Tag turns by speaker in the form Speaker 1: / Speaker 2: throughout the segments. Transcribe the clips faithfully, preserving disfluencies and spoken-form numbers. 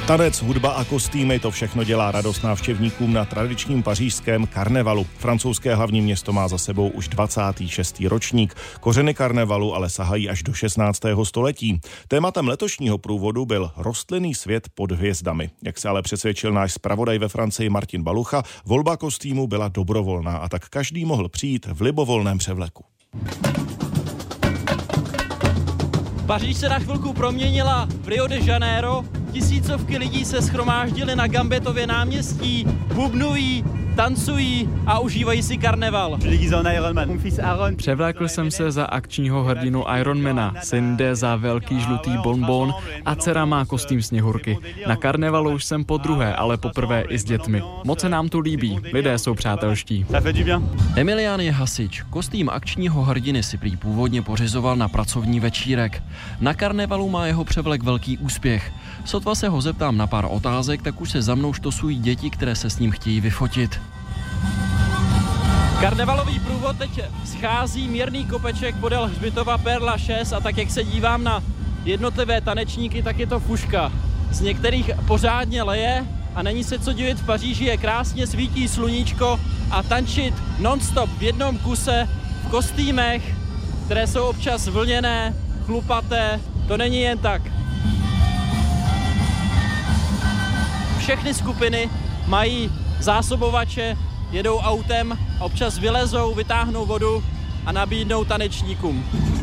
Speaker 1: Tanec, hudba a kostýmy, to všechno dělá radost návštěvníkům na tradičním pařížském karnevalu. Francouzské hlavní město má za sebou už dvacátý šestý ročník. Kořeny karnevalu ale sahají až do šestnáctého století. Tématem letošního průvodu byl rostlinný svět pod hvězdami. Jak se ale přesvědčil náš zpravodaj ve Francii Martin Balucha, volba kostýmu byla dobrovolná a tak každý mohl přijít v libovolném převleku.
Speaker 2: Paříž se na chvilku proměnila v Rio de Janeiro. Tisícovky lidí se shromáždily na Gambetově náměstí, bubnují, tancují a užívají si karneval.
Speaker 3: Převlékl jsem se za akčního hrdinu Ironmana, syn jde za velký žlutý bonbon a dcera má kostým Sněhurky. Na karnevalu už jsem podruhé, ale poprvé i s dětmi. Moc se nám tu líbí, lidé jsou přátelští.
Speaker 4: Emilián je hasič. Kostým akčního hrdiny si prý původně pořizoval na pracovní večírek. Na karnevalu má jeho převlek velký úspěch. Sotva se ho zeptám na pár otázek, tak už se za mnou štosují děti, které se s ním chtějí vyfotit.
Speaker 2: Karnevalový průvod teď schází mírný kopeček podél hřbitova Père Lachaise a tak, jak se dívám na jednotlivé tanečníky, tak je to fuška. Z některých pořádně leje a není se co divit, v Paříži je krásně, svítí sluníčko a tančit non-stop v jednom kuse v kostýmech, které jsou občas vlněné, chlupaté, to není jen tak. Všechny skupiny mají zásobovače, jedou autem, občas vylezou, vytáhnou vodu a nabídnou tanečníkům.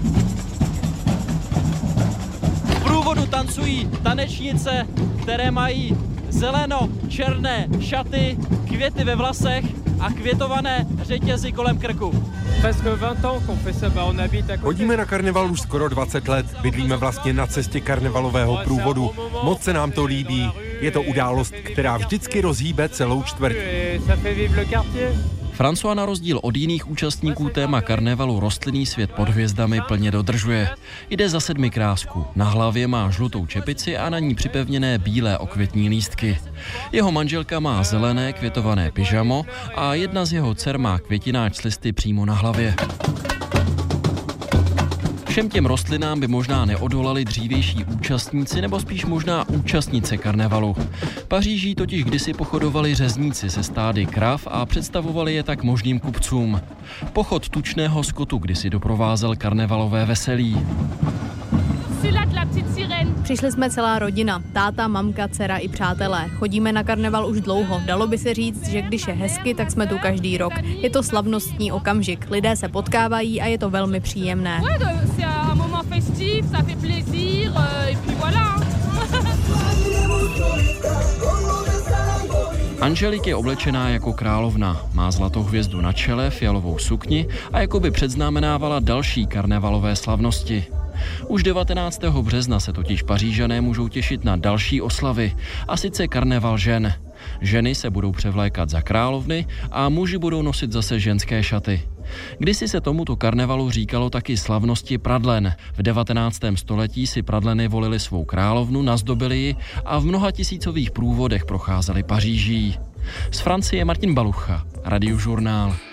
Speaker 2: V průvodu tancují tanečnice, které mají zeleno-černé šaty, květy ve vlasech a květované řetězy kolem krku.
Speaker 5: Chodíme na karneval už skoro dvacet let, bydlíme vlastně na cestě karnevalového průvodu. Moc se nám to líbí. Je to událost, která vždycky rozhýbe celou čtvrť.
Speaker 4: François na rozdíl od jiných účastníků téma karnevalu rostlinný svět pod hvězdami plně dodržuje. Jde za sedmikrásku. Na hlavě má žlutou čepici a na ní připevněné bílé okvětní lístky. Jeho manželka má zelené květované pyžamo a jedna z jeho dcer má květináč s listy přímo na hlavě. Všem těm rostlinám by možná neodolali dřívější účastníci nebo spíš možná účastnice karnevalu. Paříží totiž kdysi pochodovali řezníci se stády krav a představovali je tak možným kupcům. Pochod tučného skotu kdysi doprovázel karnevalové veselí.
Speaker 6: Přišli jsme celá rodina, táta, mamka, dcera i přátelé. Chodíme na karneval už dlouho. Dalo by se říct, že když je hezky, tak jsme tu každý rok. Je to slavnostní okamžik. Lidé se potkávají a je to velmi příjemné.
Speaker 4: Angelique je oblečená jako královna. Má zlatou hvězdu na čele, fialovou sukni a jakoby předznamenávala další karnevalové slavnosti. Už devatenáctého března se totiž Pařížané můžou těšit na další oslavy, a sice karneval žen. Ženy se budou převlékat za královny a muži budou nosit zase ženské šaty. Kdysi se tomuto karnevalu říkalo taky slavnosti pradlen. V devatenáctém století si pradleny volili svou královnu, nazdobili ji a v mnoha tisícových průvodech procházeli Paříží. Z Francie Martin Balucha, Radiožurnál.